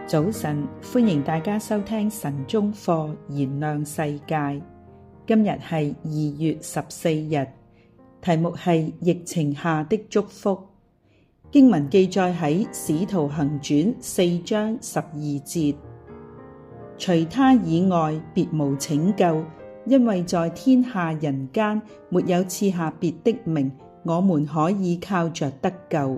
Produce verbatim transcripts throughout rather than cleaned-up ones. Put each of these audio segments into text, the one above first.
早晨，歡迎大家收聽晨鐘課，燃亮世界。今日係二月十四日，題目係疫情下的祝福。經文記載喺《使徒行傳》四章十二節，除他以外，別無拯救，因為在天下人間沒有賜下別的名，我們可以靠着得救。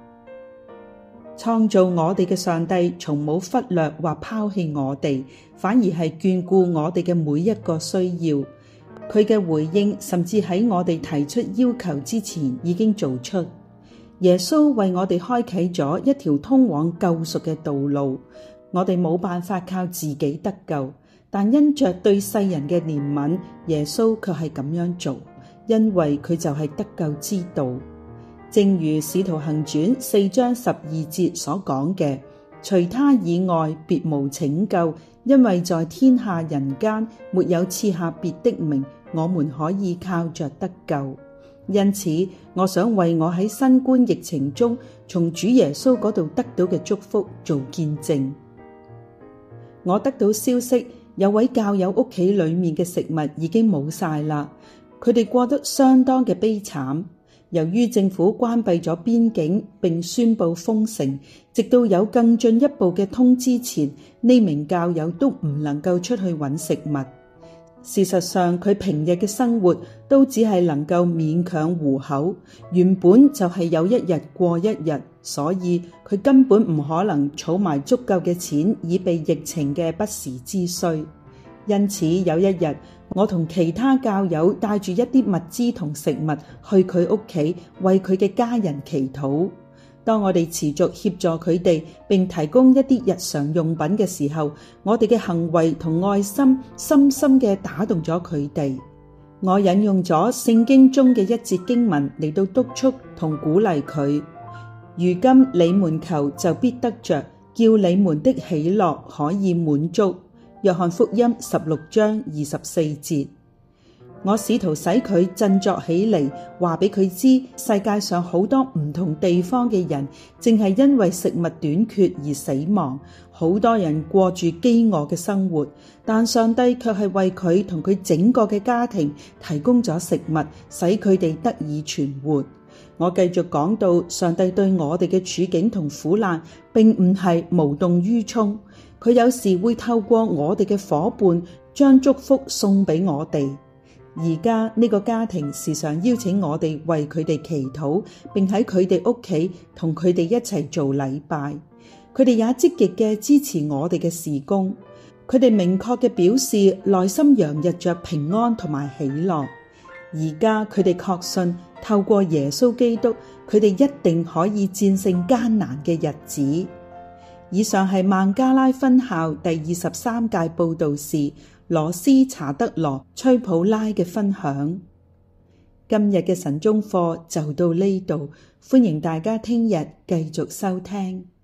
創造我哋嘅上帝從冇忽略或拋棄我哋，反而係眷顧我哋嘅每一個需要。佢嘅回應甚至喺我哋提出要求之前已經做出。耶穌為我哋開啟咗一條通往救贖嘅道路。我哋冇辦法靠自己得救，但因着對世人嘅憐憫，耶穌卻係咁樣做，因為佢就係得救之道。正如使徒行傳四章十二節所講嘅，除他以外，別無拯救，因為在天下人間沒有賜下別的名，我們可以靠着得救。因此，我想為我喺新冠疫情中從主耶穌嗰度得到嘅祝福做見證。我得到消息，有位教友屋企裏面嘅食物已經冇晒啦，佢哋過得相當嘅悲慘。由於政府關閉咗邊境並宣布封城，直到有更進一步嘅通知前，呢名教友都唔能夠出去揾食物。事實上，佢平日嘅生活都只係能夠勉強糊口，原本就係有一日過一日，所以佢根本唔可能儲埋足夠嘅錢以備疫情嘅不時之需。因此有一日，我同其他教友帶住一啲物資同食物去佢屋企，為佢嘅家人祈禱。當我哋持續協助佢哋並提供一啲日常用品嘅時候，我哋嘅行為同愛心深深嘅打動咗佢哋。我引用咗聖經中嘅一節經文嚟到督促同鼓勵佢。如今你們求，就必得着，叫你們的喜樂可以滿足。約翰福音十六章二十四節，我試圖使佢振作起嚟，話俾佢知世界上好多唔同地方嘅人正係因為食物短缺而死亡，好多人過住飢餓嘅生活，但上帝卻係為佢同佢整個嘅家庭提供咗食物，使佢哋得以存活。我繼續講到，上帝對我哋嘅處境同苦難並唔係無動於衷，佢有時會透過我哋嘅夥伴將祝福送俾我哋。而家呢個家庭時常邀請我哋為佢哋祈禱，並喺佢哋屋企同佢哋一齊做禮拜。佢哋也積極嘅支持我哋嘅事工。佢哋明確嘅表示內心洋溢着平安同埋喜樂。而家佢哋確信透過耶穌基督，佢哋一定可以戰勝艱難嘅日子。以上係孟加拉分校第二十三屆佈道士羅斯查德羅崔普拉嘅分享。今日嘅晨鐘課就到呢度，歡迎大家聽日繼續收聽。